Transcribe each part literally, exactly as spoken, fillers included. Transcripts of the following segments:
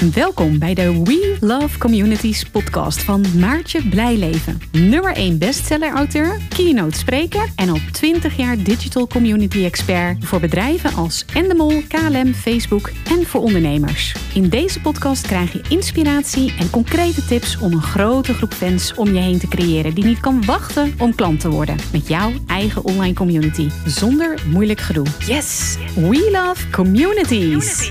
Welkom bij de We Love Communities podcast van Maartje Blijleven. Nummer één bestseller-auteur, keynote spreker en al twintig jaar digital community expert voor bedrijven als Endemol, K L M, Facebook en voor ondernemers. In deze podcast krijg je inspiratie en concrete tips om een grote groep fans om je heen te creëren die niet kan wachten om klant te worden met jouw eigen online community zonder moeilijk gedoe. Yes, we love communities.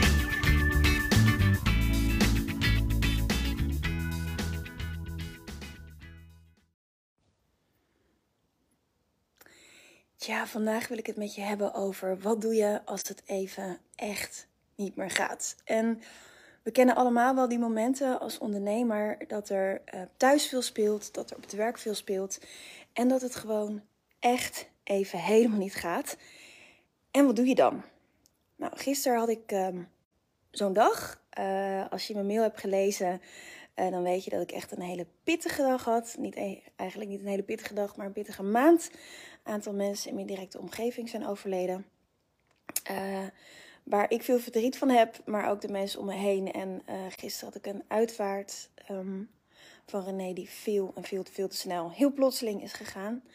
Ja, vandaag wil ik het met je hebben over wat doe je als het even echt niet meer gaat. En we kennen allemaal wel die momenten als ondernemer dat er uh, thuis veel speelt, dat er op het werk veel speelt en dat het gewoon echt even helemaal niet gaat. En wat doe je dan? Nou, gisteren had ik um, zo'n dag. Uh, als je mijn mail hebt gelezen, uh, dan weet je dat ik echt een hele pittige dag had. Niet e- eigenlijk niet een hele pittige dag, maar een pittige maand. Een aantal mensen in mijn directe omgeving zijn overleden. Uh, waar ik veel verdriet van heb, maar ook de mensen om me heen. En uh, gisteren had ik een uitvaart um, van René die veel en veel, veel te snel, heel plotseling is gegaan.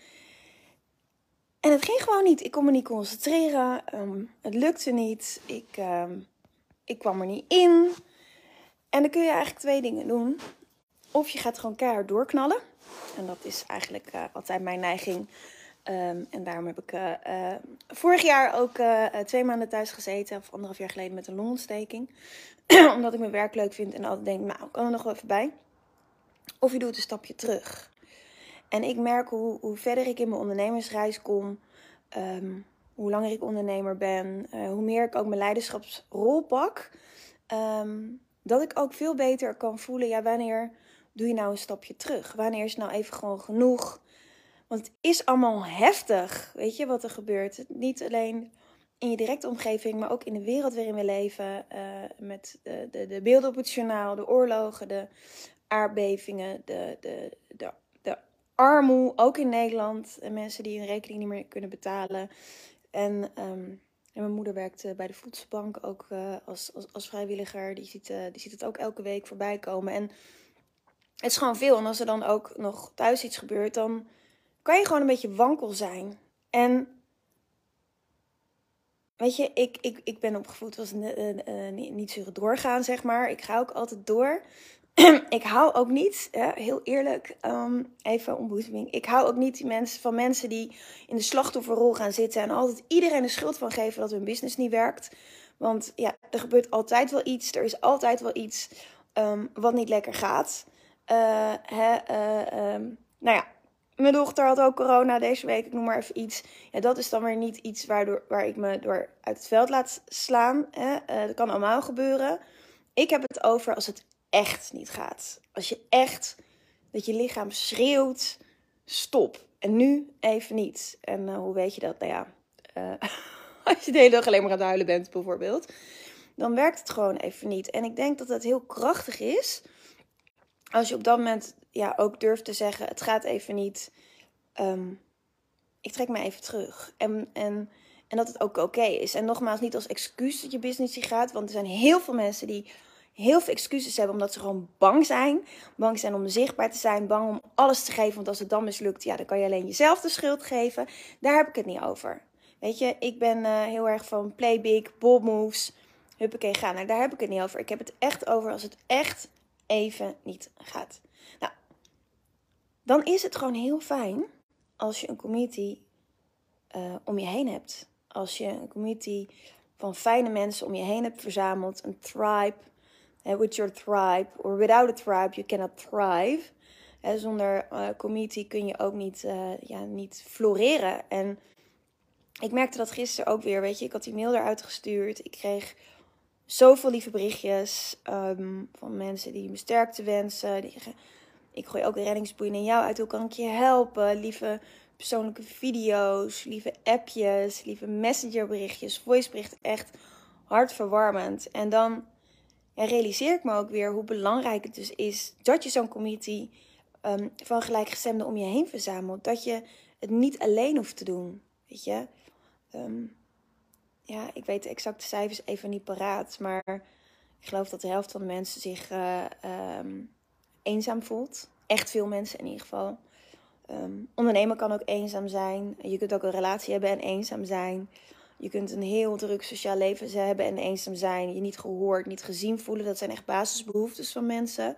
En het ging gewoon niet. Ik kon me niet concentreren. Um, het lukte niet. Ik, um, ik kwam er niet in. En dan kun je eigenlijk twee dingen doen. Of je gaat gewoon keihard doorknallen. En dat is eigenlijk uh, altijd mijn neiging. Um, en daarom heb ik uh, uh, vorig jaar ook uh, twee maanden thuis gezeten. Of anderhalf jaar geleden met een longontsteking. Omdat ik mijn werk leuk vind en altijd denk, nou, ik kan er nog wel even bij. Of je doet een stapje terug. En ik merk hoe, hoe verder ik in mijn ondernemersreis kom. Um, hoe langer ik ondernemer ben. Uh, hoe meer ik ook mijn leiderschapsrol pak. Um, dat ik ook veel beter kan voelen. Ja, wanneer doe je nou een stapje terug? Wanneer is het nou even gewoon genoeg? Want het is allemaal heftig, weet je, wat er gebeurt. Niet alleen in je directe omgeving, maar ook in de wereld waarin we leven. Uh, met de, de, de beelden op het journaal, de oorlogen, de aardbevingen, de, de, de, de armoede, ook in Nederland. En mensen die hun rekening niet meer kunnen betalen. En, um, en mijn moeder werkt bij de voedselbank ook uh, als, als, als vrijwilliger. Die ziet, uh, die ziet het ook elke week voorbij komen. En het is gewoon veel. En als er dan ook nog thuis iets gebeurt, dan kan je gewoon een beetje wankel zijn. En weet je, ik, ik, ik ben opgevoed als uh, uh, niet, niet zeuren doorgaan, zeg maar. Ik ga ook altijd door. Ik hou ook niet, ja, heel eerlijk, um, even ontboezeming. Ik hou ook niet die mensen, van mensen die in de slachtofferrol gaan zitten en altijd iedereen de schuld van geven dat hun business niet werkt. Want ja, er gebeurt altijd wel iets. Er is altijd wel iets um, wat niet lekker gaat. Uh, hè, uh, um, nou ja. Mijn dochter had ook corona deze week, ik noem maar even iets. Ja, dat is dan weer niet iets waardoor, waar ik me door uit het veld laat slaan. Hè? Uh, dat kan allemaal gebeuren. Ik heb het over als het echt niet gaat. Als je echt, dat je lichaam schreeuwt, stop. En nu even niet. En uh, hoe weet je dat? Nou ja, uh, als je de hele dag alleen maar aan het huilen bent bijvoorbeeld. Dan werkt het gewoon even niet. En ik denk dat het heel krachtig is als je op dat moment ja, ook durft te zeggen, het gaat even niet. Um, ik trek me even terug. En, en, en dat het ook oké okay is. En nogmaals, niet als excuus dat je business niet gaat. Want er zijn heel veel mensen die heel veel excuses hebben omdat ze gewoon bang zijn. Bang zijn om zichtbaar te zijn. Bang om alles te geven. Want als het dan mislukt, ja, dan kan je alleen jezelf de schuld geven. Daar heb ik het niet over. Weet je, ik ben uh, heel erg van play big, bold moves. Huppakee, ga. Nou, daar heb ik het niet over. Ik heb het echt over als het echt even niet gaat. Nou, dan is het gewoon heel fijn als je een community uh, om je heen hebt. Als je een community van fijne mensen om je heen hebt verzameld. Een tribe. Uh, with your tribe. Or without a tribe, you cannot thrive. Uh, zonder uh, community kun je ook niet, uh, ja, niet floreren. En ik merkte dat gisteren ook weer. Weet je, ik had die mail eruit gestuurd. Ik kreeg zoveel lieve berichtjes um, van mensen die me sterkte wensen. Die, ik gooi ook een reddingsboei naar jou uit. Hoe kan ik je helpen? Lieve persoonlijke video's, lieve appjes, lieve messengerberichtjes, voiceberichten. Echt hartverwarmend. En dan ja, realiseer ik me ook weer hoe belangrijk het dus is dat je zo'n community um, van gelijkgestemden om je heen verzamelt. Dat je het niet alleen hoeft te doen. Weet je? Um, Ja, ik weet de exacte cijfers even niet paraat. Maar Ik geloof dat de helft van de mensen zich uh, um, eenzaam voelt. Echt veel mensen in ieder geval. Um, ondernemen kan ook eenzaam zijn. Je kunt ook een relatie hebben en eenzaam zijn. Je kunt een heel druk sociaal leven hebben en eenzaam zijn. Je niet gehoord, niet gezien voelen. Dat zijn echt basisbehoeftes van mensen.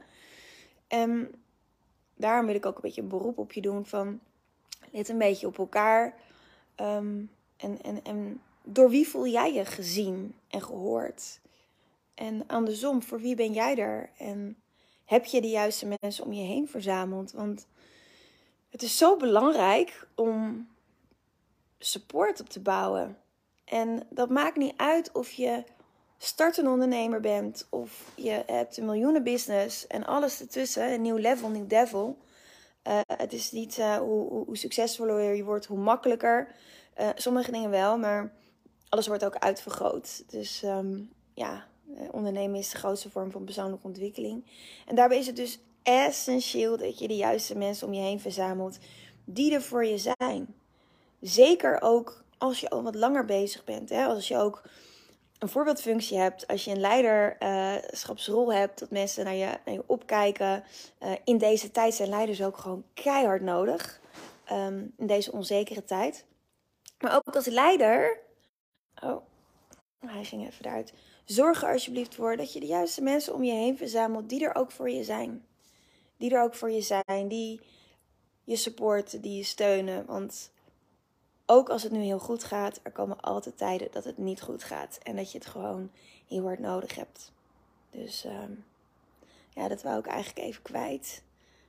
En daarom wil ik ook een beetje een beroep op je doen van... let een beetje op elkaar. Um, en, en, en door wie voel jij je gezien en gehoord? En andersom, voor wie ben jij er? En heb je de juiste mensen om je heen verzameld? Want het is zo belangrijk om support op te bouwen. En dat maakt niet uit of je startende ondernemer bent... of je hebt een miljoenenbusiness en alles ertussen. Een nieuw level, een nieuw devil. Uh, het is niet uh, hoe, hoe, hoe succesvoller je wordt, hoe makkelijker. Uh, sommige dingen wel, maar alles wordt ook uitvergroot. Dus um, ja, ondernemen is de grootste vorm van persoonlijke ontwikkeling. En daarbij is het dus essentieel dat je de juiste mensen om je heen verzamelt die er voor je zijn. Zeker ook als je al wat langer bezig bent. Hè? Als je ook een voorbeeldfunctie hebt. Als je een leiderschapsrol hebt. Dat mensen naar je, naar je opkijken. Uh, in deze tijd zijn leiders ook gewoon keihard nodig. Um, in deze onzekere tijd. Maar ook als leider. Oh, hij ging even eruit. Zorg er alsjeblieft voor dat je de juiste mensen om je heen verzamelt. Die er ook voor je zijn. Die er ook voor je zijn. Die je supporten. Die je steunen. Want ook als het nu heel goed gaat, er komen altijd tijden dat het niet goed gaat. En dat je het gewoon heel hard nodig hebt. Dus um, ja, dat wou ik eigenlijk even kwijt.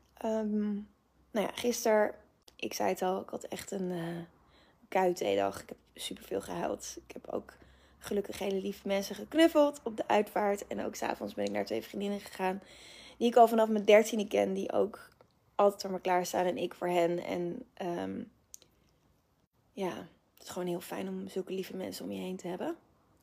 Um, nou ja, gisteren, ik zei het al, ik had echt een uh, kuitdag. Ik heb superveel gehuild. Ik heb ook gelukkig hele lieve mensen geknuffeld op de uitvaart. En ook 's avonds ben ik naar twee vriendinnen gegaan. Die ik al vanaf mijn dertiende ken. Die ook altijd voor me klaarstaan en ik voor hen. En um, ja, het is gewoon heel fijn om zulke lieve mensen om je heen te hebben.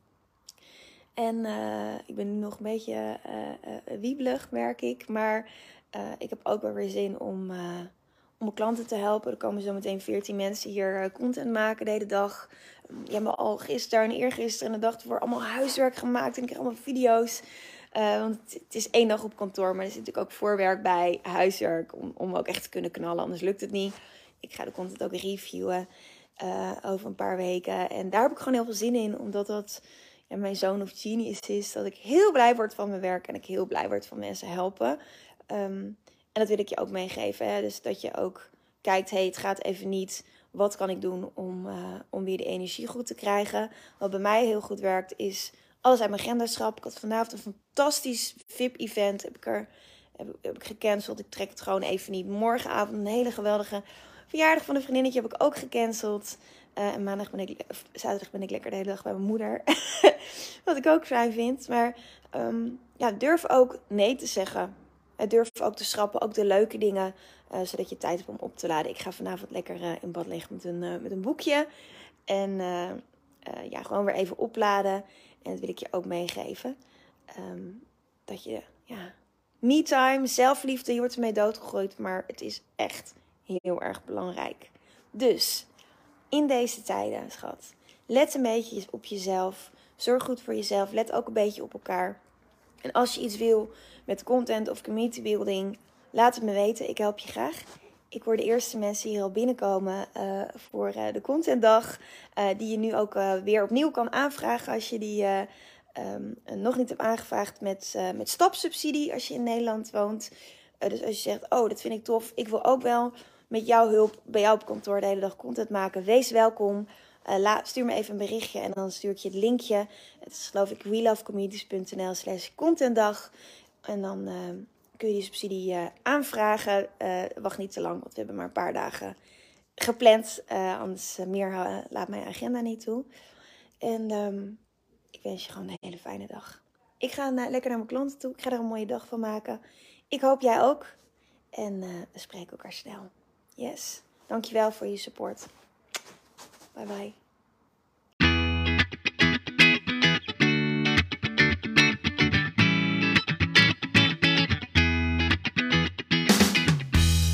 En uh, ik ben nu nog een beetje uh, uh, wiebelig, merk ik. Maar uh, ik heb ook wel weer zin om, uh, om mijn klanten te helpen. Er komen zo meteen veertien mensen hier uh, content maken de hele dag. Um, die hebben al gisteren en eergisteren en de dag ervoor allemaal huiswerk gemaakt. En ik krijg allemaal video's. Uh, want het, het is één dag op kantoor, maar er zit natuurlijk ook voorwerk bij, huiswerk. Om, om ook echt te kunnen knallen, anders lukt het niet. Ik ga de content ook reviewen. Uh, over een paar weken. En daar heb ik gewoon heel veel zin in. Omdat dat ja, mijn zoon of genius is. Dat ik heel blij word van mijn werk. En ik heel blij word van mensen helpen. Um, en dat wil ik je ook meegeven. Hè? Dus dat je ook kijkt. Hey, het gaat even niet. Wat kan ik doen om, uh, om weer de energie goed te krijgen. Wat bij mij heel goed werkt is alles uit mijn agenda schrappen. Ik had vanavond een fantastisch V I P-event. Heb ik er heb, heb ik gecanceld. Ik trek het gewoon even niet. Morgenavond een hele geweldige verjaardag van een vriendinnetje heb ik ook gecanceld. Uh, en maandag ben ik, of zaterdag ben ik lekker de hele dag bij mijn moeder. Wat ik ook fijn vind. Maar um, ja, durf ook nee te zeggen. Uh, durf ook te schrappen. Ook de leuke dingen. Uh, zodat je tijd hebt om op te laden. Ik ga vanavond lekker uh, in bad liggen met een, uh, met een boekje. En uh, uh, ja, gewoon weer even opladen. En dat wil ik je ook meegeven. Um, dat je, ja, me-time, zelfliefde, je wordt ermee doodgegooid. Maar het is echt heel erg belangrijk. Dus, in deze tijden, schat, let een beetje op jezelf. Zorg goed voor jezelf. Let ook een beetje op elkaar. En als je iets wil met content of community building, laat het me weten. Ik help je graag. Ik word de eerste mensen hier al binnenkomen uh, voor uh, de contentdag. Uh, die je nu ook uh, weer opnieuw kan aanvragen als je die uh, um, nog niet hebt aangevraagd met, uh, met stapsubsidie als je in Nederland woont. Uh, dus als je zegt, oh, dat vind ik tof. Ik wil ook wel met jouw hulp bij jou op kantoor de hele dag content maken. Wees welkom. Uh, la, stuur me even een berichtje en dan stuur ik je het linkje. Het is geloof ik welovecommunities.nl slash contentdag. En dan uh, kun je die subsidie uh, aanvragen. Uh, wacht niet te lang, want we hebben maar een paar dagen gepland. Uh, anders uh, meer uh, laat mijn agenda niet toe. En um, ik wens je gewoon een hele fijne dag. Ik ga uh, lekker naar mijn klanten toe. Ik ga er een mooie dag van maken. Ik hoop jij ook. En uh, we spreken elkaar snel. Yes. Dankjewel voor je support. Bye bye. Super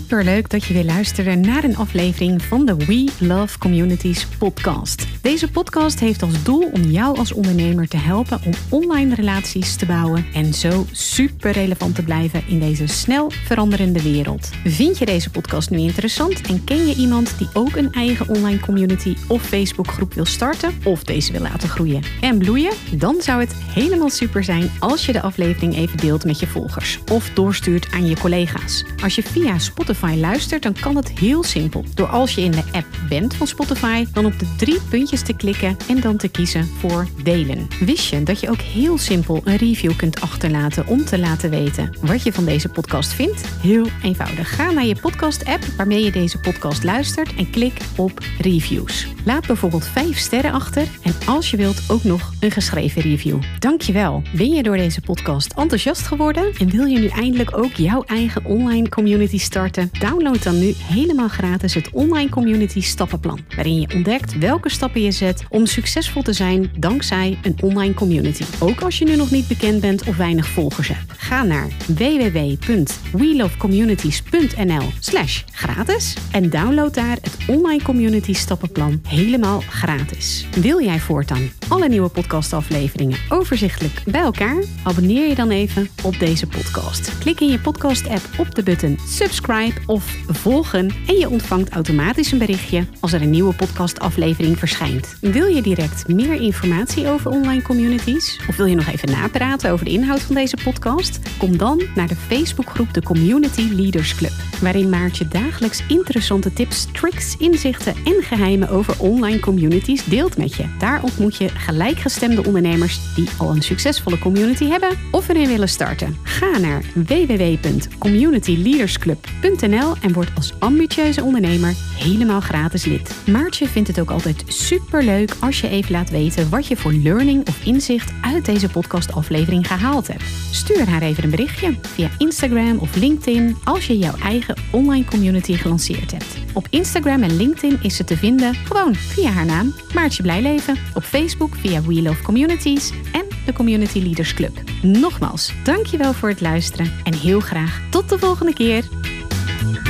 superleuk dat je weer luisterde naar een aflevering van de We Love Communities podcast. Deze podcast heeft als doel om jou als ondernemer te helpen om online relaties te bouwen en zo super relevant te blijven in deze snel veranderende wereld. Vind je deze podcast nu interessant en ken je iemand die ook een eigen online community of Facebookgroep wil starten of deze wil laten groeien en bloeien? Dan zou het helemaal super zijn als je de aflevering even deelt met je volgers of doorstuurt aan je collega's. Als je via Spotify luistert, dan kan het heel simpel. Door als je in de app bent van Spotify, dan op de drie puntjes te klikken en dan te kiezen voor delen. Wist je dat je ook heel simpel een review kunt achterlaten om te laten weten wat je van deze podcast vindt? Heel eenvoudig. Ga naar je podcast-app waarmee je deze podcast luistert en klik op reviews. Laat bijvoorbeeld vijf sterren achter en als je wilt ook nog een geschreven review. Dankjewel. Ben je door deze podcast enthousiast geworden en wil je nu eindelijk ook jouw eigen online community starten? Download dan nu helemaal gratis het Online Community Stappenplan, waarin je ontdekt welke stappen je zet om succesvol te zijn dankzij een online community. Ook als je nu nog niet bekend bent of weinig volgers hebt. Ga naar w w w punt welovecommunities punt n l slash gratis en download daar het Online Community Stappenplan helemaal gratis. Wil jij voortaan alle nieuwe podcastafleveringen overzichtelijk bij elkaar? Abonneer je dan even op deze podcast. Klik in je podcast-app op de button subscribe of volgen en je ontvangt automatisch een berichtje als er een nieuwe podcastaflevering verschijnt. Wil je direct meer informatie over online communities? Of wil je nog even napraten over de inhoud van deze podcast? Kom dan naar de Facebookgroep de Community Leaders Club, waarin Maartje dagelijks interessante tips, tricks, inzichten en geheimen over online communities deelt met je. Daar ontmoet je gelijkgestemde ondernemers die al een succesvolle community hebben of erin willen starten. Ga naar w w w punt community leaders club punt n l en word als ambitieuze ondernemer helemaal gratis lid. Maartje vindt het ook altijd superleuk als je even laat weten wat je voor learning of inzicht uit deze podcastaflevering gehaald hebt. Stuur haar even een berichtje via Instagram of LinkedIn als je jouw eigen online community gelanceerd hebt. Op Instagram en LinkedIn is ze te vinden gewoon via haar naam Maartje Blijleven, op Facebook via We Love Communities en de Community Leaders Club. Nogmaals, dankjewel voor het luisteren en heel graag tot de volgende keer.